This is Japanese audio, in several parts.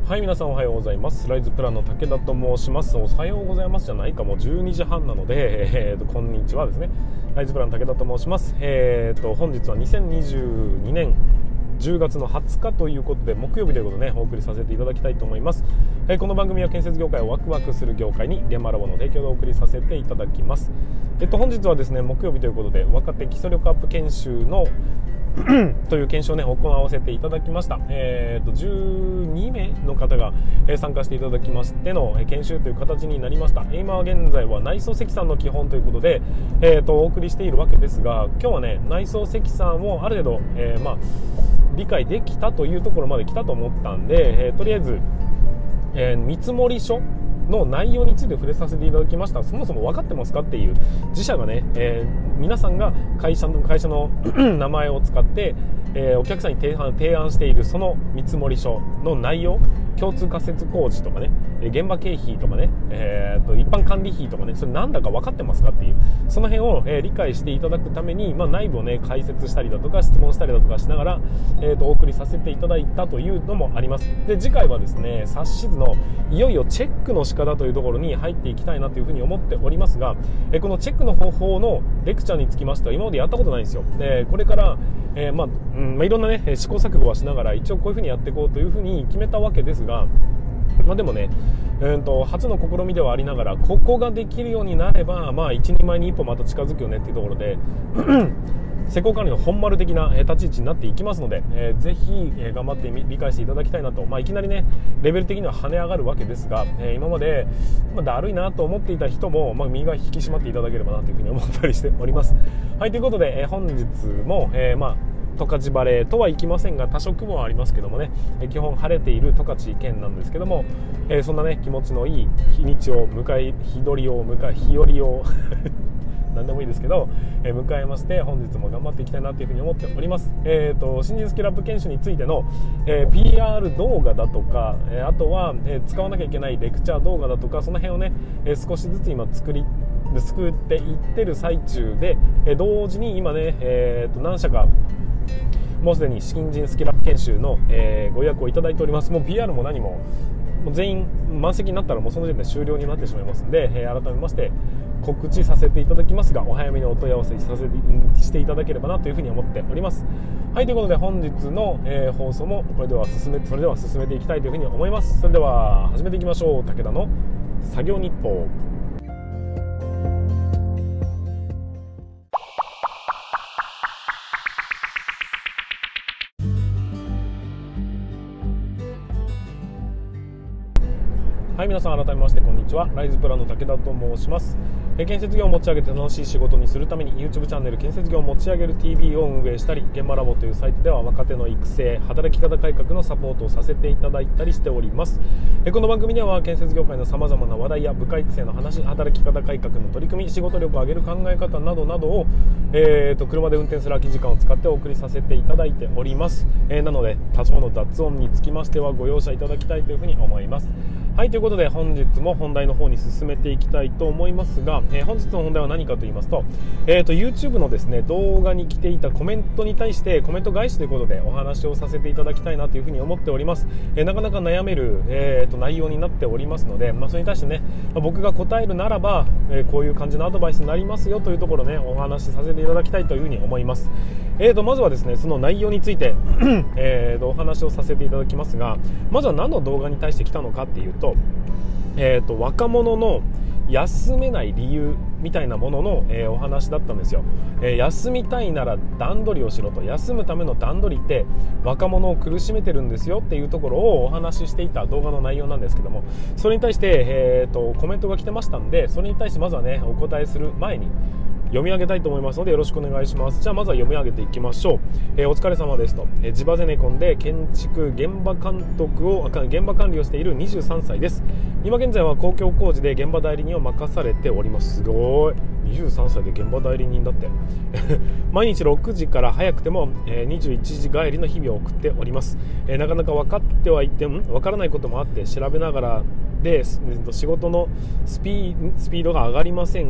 はい、皆さんおはようございます。ライズプランの武田と申します。おはようございますじゃないか、もう12時半なので、こんにちはですね。ライズプランの武田と申します。本日は2022年10月の20日ということで、木曜日ということで、お送りさせていただきたいと思います。この番組は建設業界をワクワクする業界に現場ラボの提供でお送りさせていただきます。本日はですね、木曜日ということで、若手基礎力アップ研修のという研修をね、行わせていただきました。12名の方が参加していただきましての研修という形になりました。今現在は内装積算の基本ということで、お送りしているわけですが、今日はね、内装積算をある程度、理解できたというところまで来たと思ったんで、とりあえず、見積書の内容について触れさせていただきました。そもそも分かってますかっていう自社がね、皆さんが会社の名前を使って、お客さんに提案しているその見積書の内容、共通仮設工事とかね、現場経費とかね、一般管理費とかね、それなんだか分かってますかっていう、その辺を、理解していただくために、内部をね解説したりだとか質問したりだとかしながら、お送りさせていただいたというのもあります。で、次回はですね、冊子図のいよいよチェックの仕方というところに入っていきたいなというふうに思っておりますが、このチェックの方法のレクチャーにつきましては今までやったことないんですよ。で、これから、いろんなね試行錯誤はしながら一応こういうふうにやっていこうというふうに決めたわけですが、でもね、初の試みではありながら、ここができるようになれば、一人前に一歩また近づくよねっていうところで施工管理の本丸的な立ち位置になっていきますので、ぜひ頑張って理解していただきたいなと。いきなりねレベル的には跳ね上がるわけですが、今まで、だるいなと思っていた人も、身が引き締まっていただければなというふうに思ったりしております。はい、ということで、本日も、十勝晴れとはいきませんが、多少雲はありますけどもね、基本晴れている十勝県なんですけども、そんなね気持ちのいい日にちを日和を何でもいいですけど、迎えまして、本日も頑張っていきたいなというふうに思っております。新人スキルアップ研修についての、PR 動画だとか、あとは、使わなきゃいけないレクチャー動画だとか、その辺をね、少しずつ今作っていってる最中で、同時に今ね、何社かもうすでに新人スキルアップ研修の、ご予約をいただいております。もう PR も何も全員満席になったらもうその時点で終了になってしまいますので、改めまして告知させていただきますが、お早めにお問い合わせしていただければなというふうに思っております。はい、ということで本日の、放送もそれでは進めていきたいというふうに思います。それでは始めていきましょう。武田の作業日報。はい、皆さん改めましてこんにちは。ライズプランの武田と申します。建設業を持ち上げて楽しい仕事にするために YouTube チャンネル建設業を持ち上げる TV を運営したり、現場ラボというサイトでは若手の育成、働き方改革のサポートをさせていただいたりしております。この番組では建設業界のさまざまな話題や部下育成の話、働き方改革の取り組み、仕事力を上げる考え方などなどを、車で運転する空き時間を使ってお送りさせていただいております。なので多少の雑音につきましてはご容赦いただきたいというふうに思います。はい、ということで本日も本題の方に進めていきたいと思いますが、本日の本題は何かと言いますと、YouTube のですね動画に来ていたコメントに対してコメント返しということでお話をさせていただきたいなというふうに思っております。なかなか悩める、内容になっておりますので、それに対してね、僕が答えるならば、こういう感じのアドバイスになりますよというところをねお話しさせていただきたいというふうに思います。まずはですねその内容についてお話をさせていただきますが、まずは何の動画に対して来たのかっていうと、若者の休めない理由みたいなものの、お話だったんですよ。休みたいなら段取りをしろと、休むための段取りって若者を苦しめてるんですよっていうところをお話ししていた動画の内容なんですけども、それに対して、コメントが来てましたんで、それに対してまずはねお答えする前に読み上げたいと思いますのでよろしくお願いします。じゃあまずは読み上げていきましょう。お疲れ様ですと、地場ゼネコンで建築現場管理をしている23歳です。今現在は公共工事で現場代理人を任されております。すごい、23歳で現場代理人だって毎日6時から早くても21時帰りの日々を送っております。なかなか分かってはいても分からないこともあって調べながらで仕事のスピードが上がりません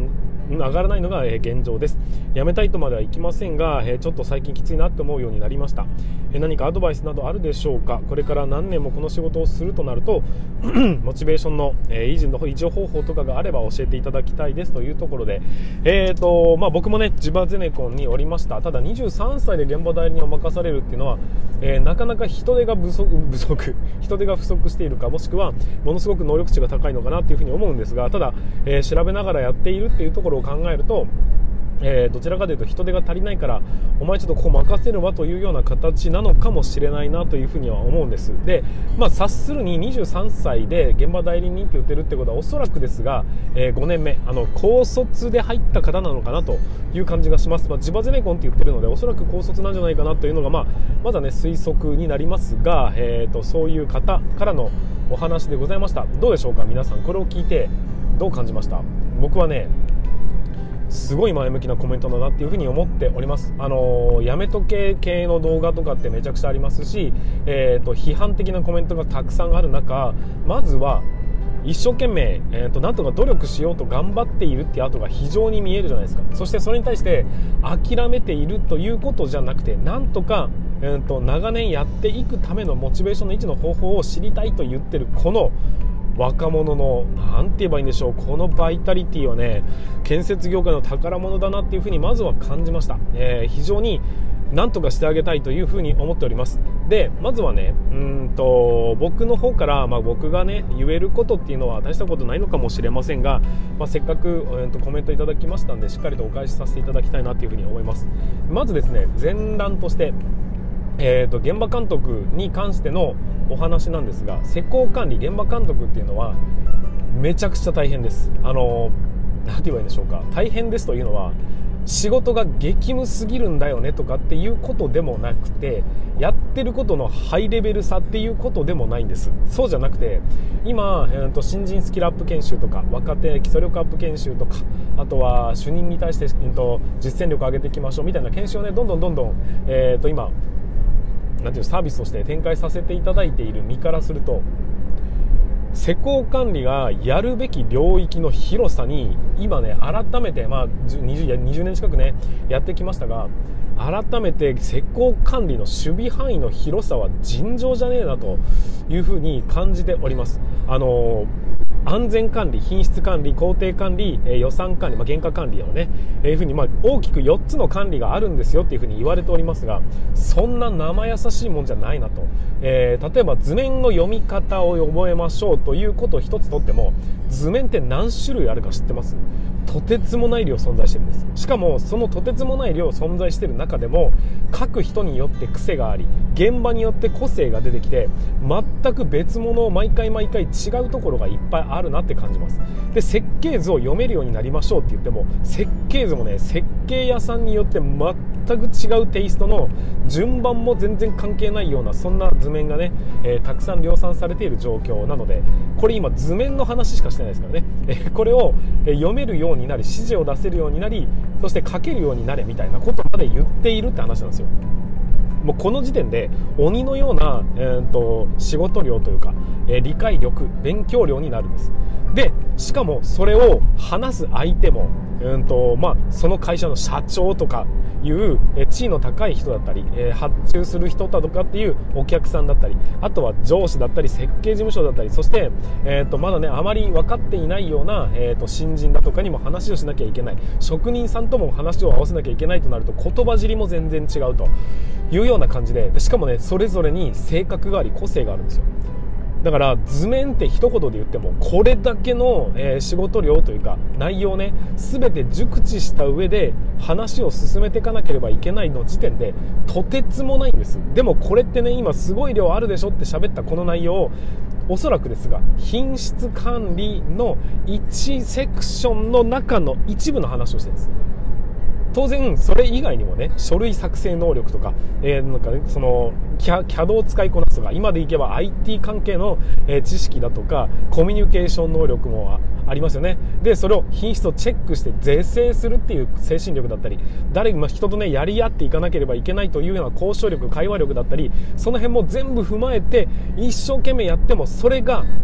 上がらないのが現状です。やめたいとまではいきませんが、ちょっと最近きついなって思うようになりました。何かアドバイスなどあるでしょうか。これから何年もこの仕事をするとなるとモチベーションの維持方法とかがあれば教えていただきたいですというところで、僕もねジバゼネコンにおりました。ただ23歳で現場代理人を任されるっていうのは、なかなか人手が不足しているか、もしくはものすごく能力値が高いのかなっていうふうに思うんですが、ただ、調べながらやっているっていうところを考えると、どちらかというと人手が足りないからお前ちょっとここ任せるわというような形なのかもしれないなというふうには思うんです。で、察するに23歳で現場代理人って言ってるってことはおそらくですが、5年目高卒で入った方なのかなという感じがします。ジバゼネコンって言ってるのでおそらく高卒なんじゃないかなというのがまだね推測になりますが、そういう方からのお話でございました。どうでしょうか皆さん、これを聞いてどう感じました？僕はねすごい前向きなコメントだなっていうふうに思っております。やめとけ系の動画とかってめちゃくちゃありますし、批判的なコメントがたくさんある中、まずは一生懸命、なんとか努力しようと頑張っているっていう跡が非常に見えるじゃないですか。そしてそれに対して諦めているということじゃなくて、なんとか、長年やっていくためのモチベーションの維持の方法を知りたいと言ってるこの若者のなんて言えばいいんでしょう、このバイタリティはね建設業界の宝物だなっていうふうにまずは感じました。非常になんとかしてあげたいというふうに思っております。で、まずはね僕の方から、僕がね言えることっていうのは大したことないのかもしれませんが、せっかく、コメントいただきましたんでしっかりとお返しさせていただきたいなというふうに思います。まずですね、前段として現場監督に関してのお話なんですが、施工管理、現場監督っていうのはめちゃくちゃ大変です。なんて言えばいいんでしょうか、大変ですというのは仕事が激務すぎるんだよねとかっていうことでもなくて、やってることのハイレベルさっていうことでもないんです。そうじゃなくて今、新人スキルアップ研修とか若手基礎力アップ研修とか、あとは主任に対して、実践力を上げていきましょうみたいな研修をねどんどん、今なんていうサービスとして展開させていただいている身からすると、施工管理がやるべき領域の広さに今ね改めて、20年近くねやってきましたが、改めて施工管理の守備範囲の広さは尋常じゃねえなというふうに感じております。安全管理、品質管理、工程管理、予算管理、原価管理をね、いうふうに大きく4つの管理があるんですよっていうふうに言われておりますが、そんな生優しいもんじゃないなと。例えば図面の読み方を覚えましょうということを一つとっても、図面って何種類あるか知ってます？とてつもない量存在してるんです。しかもそのとてつもない量存在している中でも各人によって癖があり、現場によって個性が出てきて、全く別物を毎回違うところがいっぱいあるなって感じます。で、設計図を読めるようになりましょうって言っても、設計図もね設計屋さんによって全く違うテイストの、順番も全然関係ないようなそんな図面がね、たくさん量産されている状況なので、これ今図面の話しかしてないですからね、これを読めるようになり、指示を出せるようになり、そして書けるようになれみたいなことまで言っているって話なんですよ。もうこの時点で鬼のような、仕事量というか、理解力、勉強量になるんです。で、しかもそれを話す相手も、その会社の社長とかいう地位の高い人だったり、発注する人だとかっていうお客さんだったり、あとは上司だったり設計事務所だったり、そして、まだねあまり分かっていないような、新人だとかにも話をしなきゃいけない、職人さんとも話を合わせなきゃいけないとなると言葉尻も全然違うというような感じで、しかもねそれぞれに性格があり個性があるんですよ。だから図面って一言で言ってもこれだけの、仕事量というか内容をね全て熟知した上で話を進めていかなければいけないの時点でとてつもないんです。でもこれってね今すごい量あるでしょって喋ったこの内容を、おそらくですが品質管理の1セクションの中の一部の話をしてるんです。当然それ以外にもね書類作成能力とか、そのCAD を使いこなすとか、今でいけば IT 関係の、知識だとかコミュニケーション能力もありますよね。でそれを品質をチェックして是正するっていう精神力だったり、人とねやり合っていかなければいけないというような交渉力、会話力だったり、その辺も全部踏まえて一生懸命やってもそれが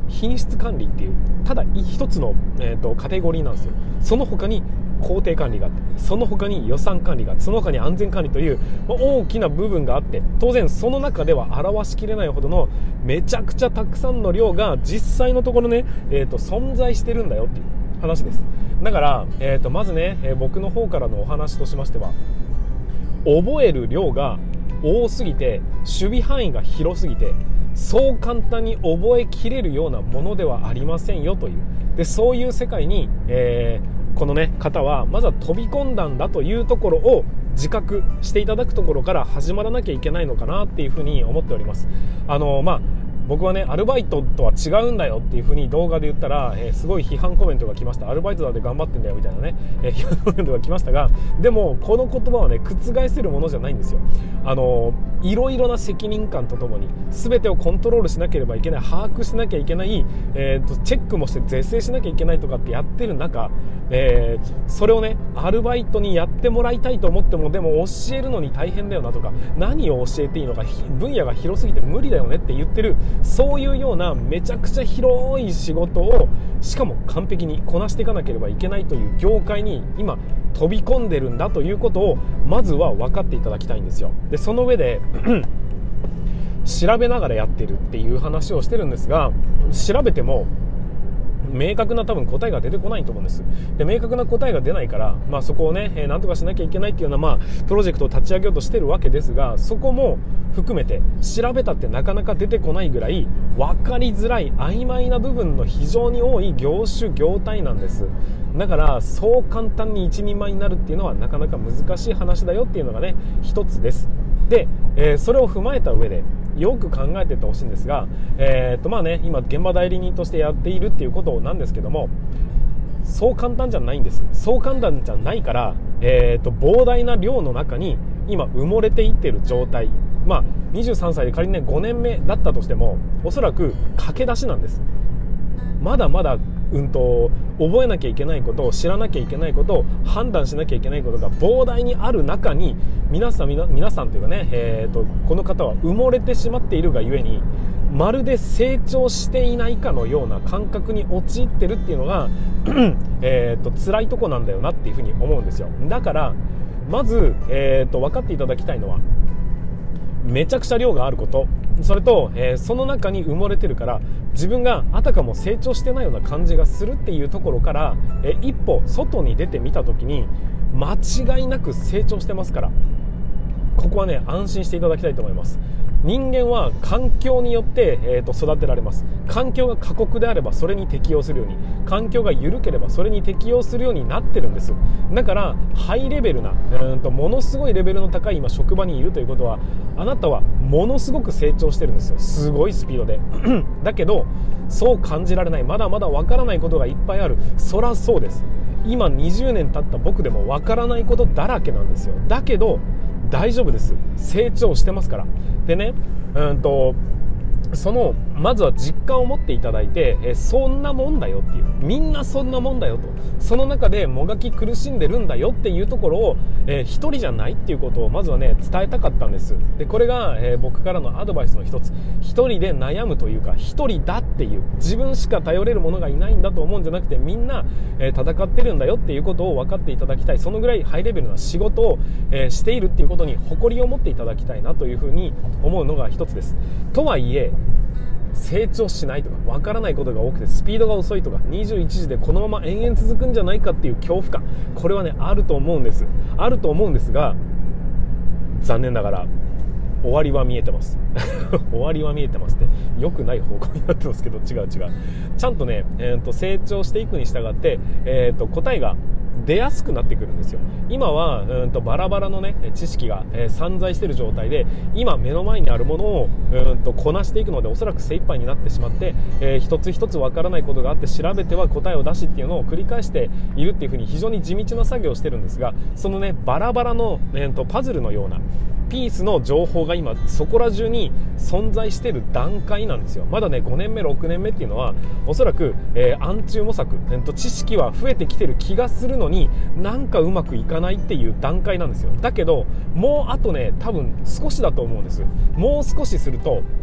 品質管理っていうただ一つの、カテゴリーなんですよ。その他に工程管理があって、その他に予算管理があって、その他に安全管理という、大きな部分があって、当然その中では表しきれないほどのめちゃくちゃたくさんの量が実際のところね、存在してるんだよっていう話です。だから、まずね、僕の方からのお話としましては、覚える量が多すぎて、守備範囲が広すぎて、そう簡単に覚えきれるようなものではありませんよという。で、そういう世界に、このね方はまずは飛び込んだんだというところを自覚していただくところから始まらなきゃいけないのかなっていうふうに思っております。僕はねアルバイトとは違うんだよっていう風に動画で言ったら、すごい批判コメントが来ました。アルバイトだって頑張ってんだよみたいなね、批判コメントが来ましたが、でもこの言葉はね覆せるものじゃないんですよ。いろいろな責任感とともに全てをコントロールしなければいけない、把握しなきゃいけない、チェックもして是正しなきゃいけないとかってやってる中、それをねアルバイトにやってもらいたいと思っても、でも教えるのに大変だよなとか、何を教えていいのか分野が広すぎて無理だよねって言ってる、そういうようなめちゃくちゃ広い仕事をしかも完璧にこなしていかなければいけないという業界に今飛び込んでるんだということをまずは分かっていただきたいんですよ。でその上で調べながらやってるっていう話をしてるんですが、調べても明確な多分答えが出てこないと思うんです。で明確な答えが出ないから、そこをね、なんとかしなきゃいけないっていうような、プロジェクトを立ち上げようとしてるわけですが、そこも含めて調べたってなかなか出てこないぐらい分かりづらい曖昧な部分の非常に多い業種業態なんです。だからそう簡単に一人前になるっていうのはなかなか難しい話だよっていうのがね一つです。で、それを踏まえた上でよく考えていってほしいんですが、今現場代理人としてやっているっていうことなんですけども、そう簡単じゃないんです。そう簡単じゃないから、膨大な量の中に今埋もれていっている状態、23歳で仮にね5年目だったとしてもおそらく駆け出しなんです。まだまだ覚えなきゃいけないことを、知らなきゃいけないことを、判断しなきゃいけないことが膨大にある中に皆さんというかね、この方は埋もれてしまっているがゆえに、まるで成長していないかのような感覚に陥ってるっていうのが辛いとこなんだよなっていうふうに思うんですよ。だからまず、分かっていただきたいのは、めちゃくちゃ量があること、それと、その中に埋もれてるから自分があたかも成長してないような感じがするっていうところから、一歩外に出てみた時に間違いなく成長してますから、ここはね安心していただきたいと思います。人間は環境によって、育てられます。環境が過酷であればそれに適応するように、環境が緩ければそれに適応するようになってるんです。だからハイレベルなものすごいレベルの高い今職場にいるということは、あなたはものすごく成長してるんですよ。すごいスピードでだけどそう感じられない、まだまだわからないことがいっぱいある。そらそうです。今20年経った僕でもわからないことだらけなんですよ。だけど大丈夫です。成長してますから。でね、まずは実感を持っていただいて、そんなもんだよっていう、みんなそんなもんだよと、その中でもがき苦しんでるんだよっていうところを、一人じゃないっていうことをまずはね伝えたかったんです。でこれが、僕からのアドバイスの一つ、一人で悩むというか、一人だっていう、自分しか頼れるものがいないんだと思うんじゃなくて、みんな、戦ってるんだよっていうことを分かっていただきたい。そのぐらいハイレベルな仕事を、しているっていうことに誇りを持っていただきたいなというふうに思うのが一つです。とはいえ成長しないとか分からないことが多くてスピードが遅いとか、21時でこのまま延々続くんじゃないかっていう恐怖感、これはねあると思うんですが、残念ながら終わりは見えてます終わりは見えてますって良くない方向になってますけど、違うちゃんとね、成長していくに従って、答えが出やすくなってくるんですよ。今はバラバラのね知識が、散在している状態で、今目の前にあるものをこなしていくのでおそらく精一杯になってしまって、一つ一つわからないことがあって調べては答えを出しっていうのを繰り返しているっていう風に非常に地道な作業をしてるんですが、そのねバラバラの、パズルのようなピースの情報が今そこら中に存在している段階なんですよ。まだね5年目6年目っていうのはおそらく、暗中模索、知識は増えてきてる気がするのになんかうまくいかないっていう段階なんですよ。だけどもうあとね多分少しだと思うんです。もう少しすると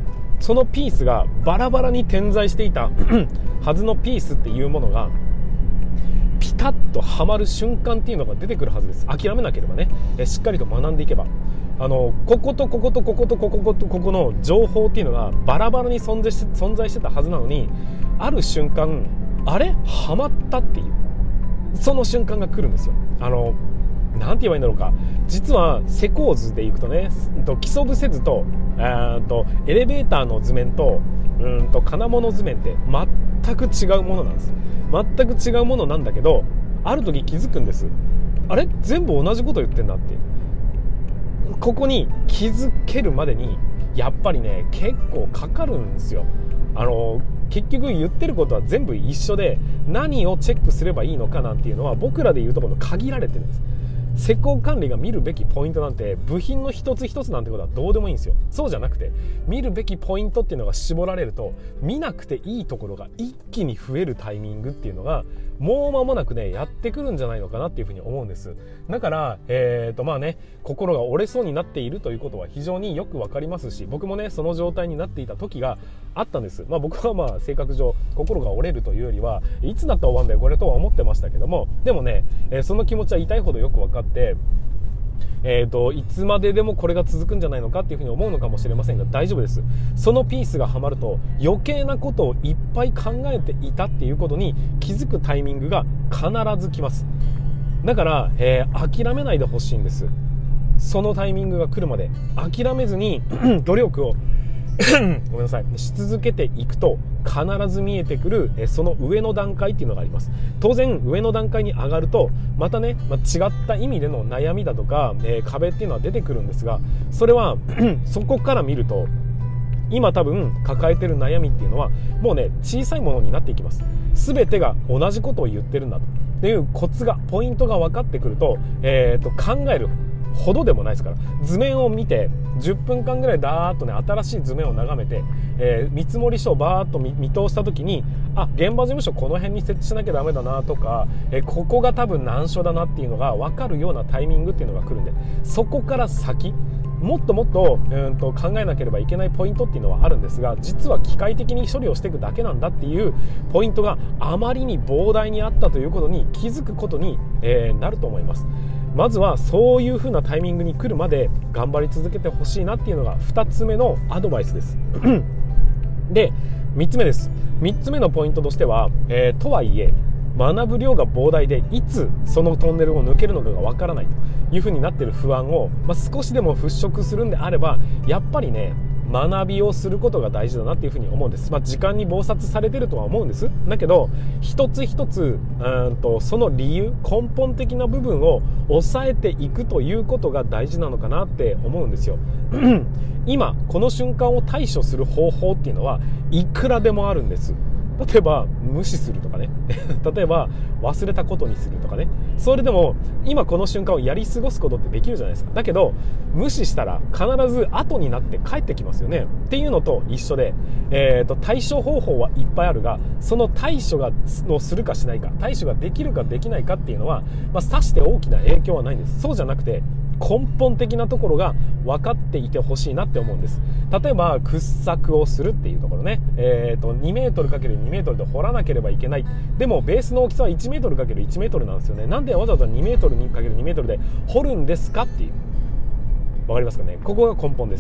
そのピースがバラバラに点在していたはずのピースっていうものがピタッとはまる瞬間っていうのが出てくるはずです。諦めなければね、しっかりと学んでいけば、こことこことこことこことここの情報っていうのがバラバラに存在してたはずなのに、ある瞬間あれはまったっていうその瞬間が来るんですよ。なんて言えばいいんだろうか。実は施工図でいくとね、基礎伏せ図とエレベーターの図面と金物図面って全く違うものなんです。全く違うものなんだけど、ある時気づくんです。あれ全部同じこと言ってんだって。ここに気づけるまでにやっぱりね結構かかるんですよ。結局言ってることは全部一緒で、何をチェックすればいいのかなんていうのは僕らでいうところの限られてるんです。施工管理が見るべきポイントなんて部品の一つ一つなんてことはどうでもいいんですよ。そうじゃなくて見るべきポイントっていうのが絞られると、見なくていいところが一気に増えるタイミングっていうのがもう間もなくねやってくるんじゃないのかなっていうふうに思うんです。だからまあね、心が折れそうになっているということは非常によくわかりますし、僕もねその状態になっていた時があったんです。僕は性格上心が折れるというよりはいつだったら終わんだよこれとは思ってましたけども、でもね、その気持ちは痛いほどよく分かって、いつまででもこれが続くんじゃないのかっていうふうに思うのかもしれませんが、大丈夫です。そのピースがはまると余計なことをいっぱい考えていたっていうことに気づくタイミングが必ず来ます。だから、諦めないでほしいんです。そのタイミングが来るまで諦めずに努力をごめんなさいし続けていくと必ず見えてくるその上の段階っていうのがあります。当然上の段階に上がるとまたね、違った意味での悩みだとか、壁っていうのは出てくるんですが、それはそこから見ると今多分抱えてる悩みっていうのはもうね小さいものになっていきます。全てが同じことを言ってるんだとっていうコツがポイントが分かってくると、考えるほどでもないですから、図面を見て10分間ぐらいダーッとね新しい図面を眺めて、見積書をバーッと見通した時に、現場事務所この辺に設置しなきゃダメだなとか、ここが多分難所だなっていうのが分かるようなタイミングっていうのが来るんで、そこから先もっともっと考えなければいけないポイントっていうのはあるんですが、実は機械的に処理をしていくだけなんだっていうポイントがあまりに膨大にあったということに気づくことに、なると思います。まずはそういう風なタイミングに来るまで頑張り続けてほしいなっていうのが2つ目のアドバイスですで3つ目です。3つ目のポイントとしては、とはいえ学ぶ量が膨大でいつそのトンネルを抜けるのかがわからないという風になっている不安を、少しでも払拭するんであればやっぱりね学びをすることが大事だなっていうふうに思うんです。時間に忙殺されてるとは思うんです。だけど一つ一つその理由根本的な部分を抑えていくということが大事なのかなって思うんですよ今この瞬間を対処する方法っていうのはいくらでもあるんです。例えば無視するとかね例えば忘れたことにするとかね、それでも今この瞬間をやり過ごすことってできるじゃないですか。だけど無視したら必ず後になって帰ってきますよねっていうのと一緒で、対処方法はいっぱいあるが、その対処をするかしないか、対処ができるかできないかっていうのは、さして大きな影響はないんです。そうじゃなくて根本的なところが分かっていてほしいなって思うんです。例えば掘削をするっていうところね、2メートル ×2 メートルで掘らなければいけない。でもベースの大きさは1メートル ×1 メートルなんですよね。なんでわざわざ2メートル ×2 メートルで掘るんですかっていう、分かりますかね。ここが根本です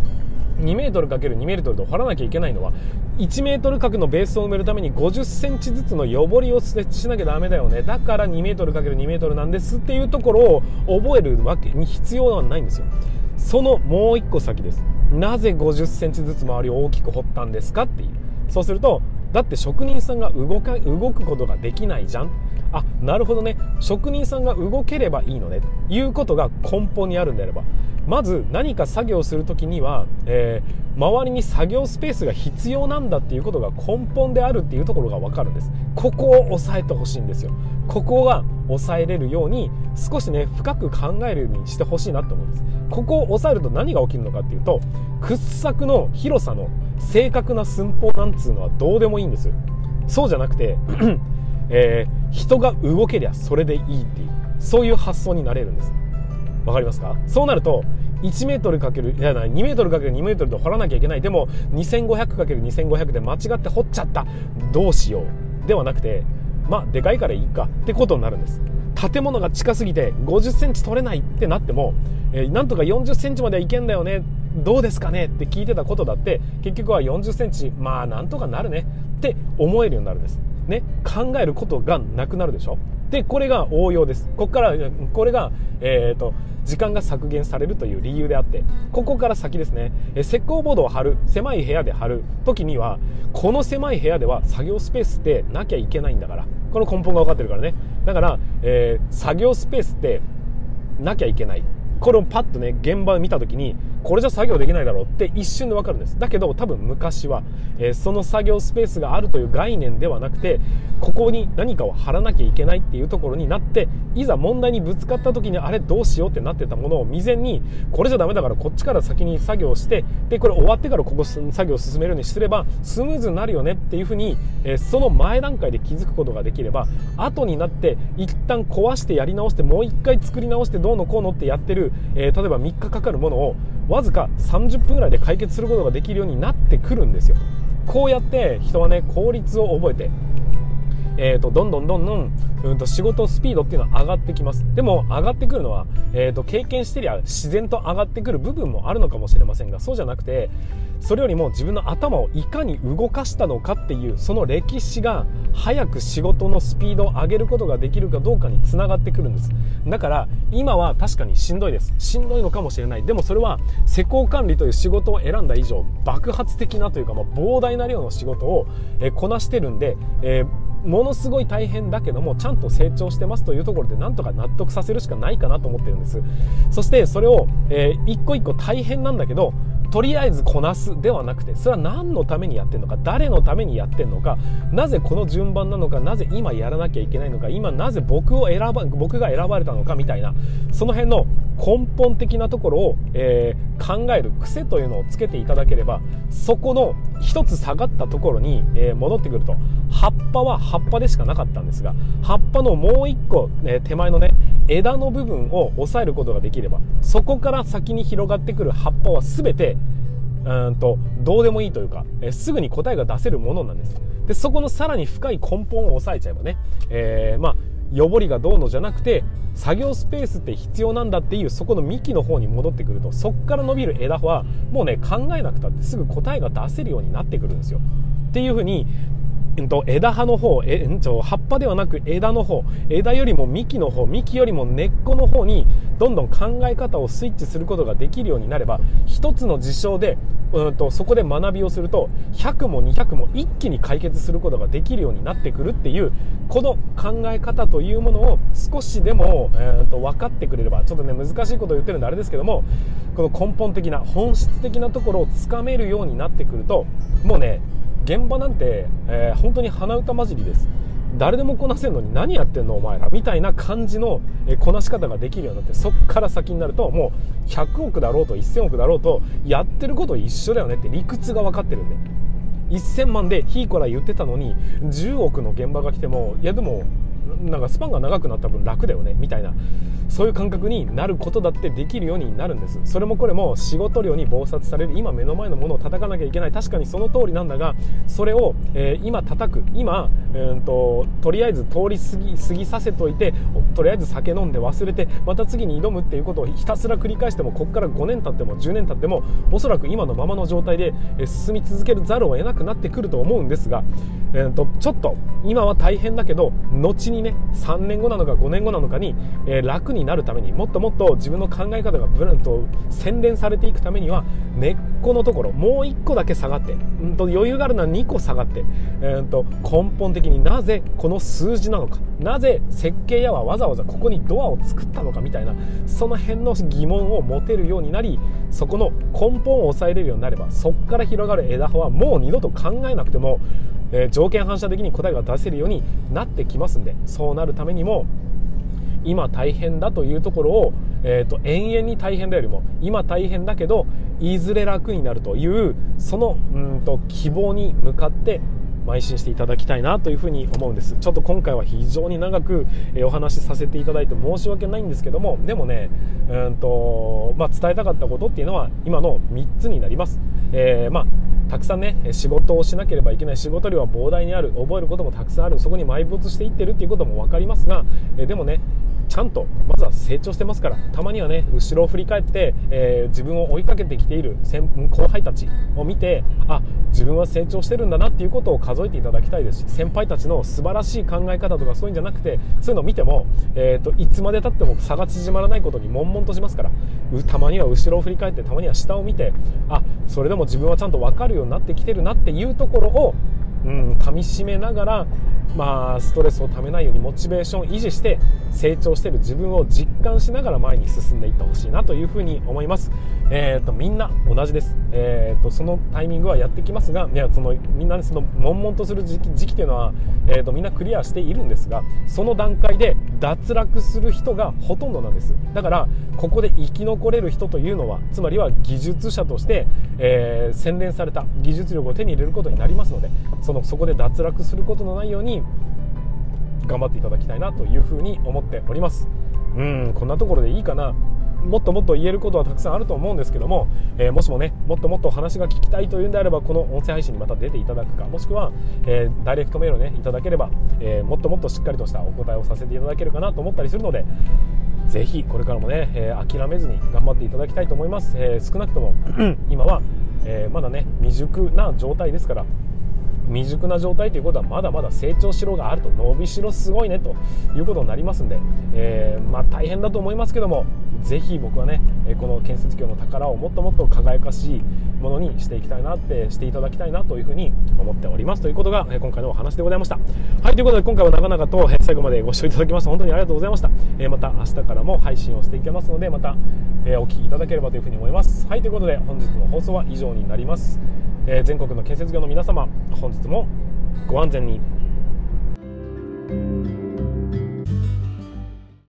。2メートル ×2 メートルで掘らなきゃいけないのは1メートル角のベースを埋めるために50センチずつの汚りを設置しなきゃダメだよね。だから2メートル ×2 メートルなんですっていうところを覚えるわけに必要はないんですよ。そのもう一個先です。なぜ50センチずつ周りを大きく掘ったんですかっていう。そうするとだって職人さんが動くことができないじゃん。なるほどね、職人さんが動ければいいのねということが根本にあるんであれば、まず何か作業するときには、周りに作業スペースが必要なんだっていうことが根本であるっていうところが分かるんです。ここを抑えてほしいんですよ。ここが抑えれるように少しね深く考えるようにしてほしいなと思うんです。ここを抑えると何が起きるのかっていうと、掘削の広さの正確な寸法なんつうのはどうでもいいんです。そうじゃなくて人が動けりゃそれでいいっていう、そういう発想になれるんです。 わかりますか？そうなると1メートルかける、いや、2メートルかける2メートルで掘らなきゃいけない。でも2500かける2500で間違って掘っちゃった。どうしよう。ではなくて、でかいからいいかってことになるんです。建物が近すぎて50センチ取れないってなっても、なんとか40センチまではいけんだよね。どうですかねって聞いてたことだって結局は40センチなんとかなるねって思えるようになるんですね。考えることがなくなるでしょ。でこれが応用です。これが時間が削減されるという理由であって、ここから先ですね、石膏ボードを貼る、狭い部屋で貼る時にはこの狭い部屋では作業スペースってなきゃいけないんだから、この根本が分かってるからね。だから、作業スペースってなきゃいけない。これをパッとね現場を見た時にこれじゃ作業できないだろうって一瞬で分かるんです。だけど多分昔は、その作業スペースがあるという概念ではなくて、ここに何かを貼らなきゃいけないっていうところになって、いざ問題にぶつかった時にあれどうしようってなってたものを未然にこれじゃダメだからこっちから先に作業して、でこれ終わってからここ作業を進めるようにすればスムーズになるよねっていうふうに、その前段階で気づくことができれば、後になって一旦壊してやり直してもう一回作り直してどうのこうのってやってる、例えば3日かかるものをわずか30分ぐらいで解決することができるようになってくるんですよ。こうやって人はね効率を覚えて、どんどん仕事スピードっていうのは上がってきます。でも上がってくるのは、経験してりゃ自然と上がってくる部分もあるのかもしれませんが、そうじゃなくて、それよりも自分の頭をいかに動かしたのかっていうその歴史が早く仕事のスピードを上げることができるかどうかにつながってくるんです。だから今は確かにしんどいです。しんどいのかもしれない。でもそれは施工管理という仕事を選んだ以上爆発的なというか、膨大な量の仕事をこなしてるんで、ものすごい大変だけどもちゃんと成長してますというところでなんとか納得させるしかないかなと思ってるんです。そしてそれを、一個一個大変なんだけどとりあえずこなすではなくて、それは何のためにやってるのか、誰のためにやってるのか、なぜこの順番なのか、なぜ今やらなきゃいけないのか、今なぜ僕が選ばれたのかみたいな、その辺の根本的なところを、考える癖というのをつけていただければ、そこの一つ下がったところに、戻ってくると、葉っぱは葉っぱでしかなかったんですが、葉っぱのもう一個、手前のね枝の部分を押さえることができれば、そこから先に広がってくる葉っぱは全てどうでもいいというか、すぐに答えが出せるものなんです。でそこのさらに深い根本を抑えちゃえばね、よぼりがどうのじゃなくて作業スペースって必要なんだっていうそこの幹の方に戻ってくると、そこから伸びる枝はもうね考えなくたってすぐ答えが出せるようになってくるんですよ。っていうふうに枝葉の方、葉っぱではなく枝の方、枝よりも幹の方、幹よりも根っこの方にどんどん考え方をスイッチすることができるようになれば、一つの事象でそこで学びをすると100も200も一気に解決することができるようになってくるっていう、この考え方というものを少しでも分かってくれれば、ちょっとね難しいことを言ってるんであれですけども、この根本的な本質的なところをつかめるようになってくると、もうね現場なんて、本当に鼻歌混じりです。誰でもこなせるのに何やってんのお前らみたいな感じのこなし方ができるようになって、そっから先になるともう100億だろうと1000億だろうとやってること一緒だよねって理屈が分かってるんで、1000万でヒーコラ言ってたのに10億の現場が来ても、いやでもなんかスパンが長くなった分楽だよねみたいな、そういう感覚になることだってできるようになるんです。それもこれも仕事量に忙殺される今目の前のものを叩かなきゃいけない、確かにその通りなんだが、それを、今叩く、今、とりあえず通り過ぎさせといて、とりあえず酒飲んで忘れてまた次に挑むっていうことをひたすら繰り返しても、ここから5年経っても10年経ってもおそらく今のままの状態で進み続けるざるを得なくなってくると思うんですが、ちょっと今は大変だけど後にね3年後なのか5年後なのかに、楽になるために、もっともっと自分の考え方が洗練されていくためには、根っこのところもう1個だけ下がって、余裕があるのは2個下がって、根本的になぜこの数字なのか、なぜ設計屋はわざわざここにドアを作ったのかみたいな、その辺の疑問を持てるようになり、そこの根本を抑えれるようになれば、そこから広がる枝葉はもう二度と考えなくても、条件反射的に答えが出せるようになってきますんで、そうなるためにも今大変だというところを、延々に大変だよりも今大変だけどいずれ楽になるというその希望に向かって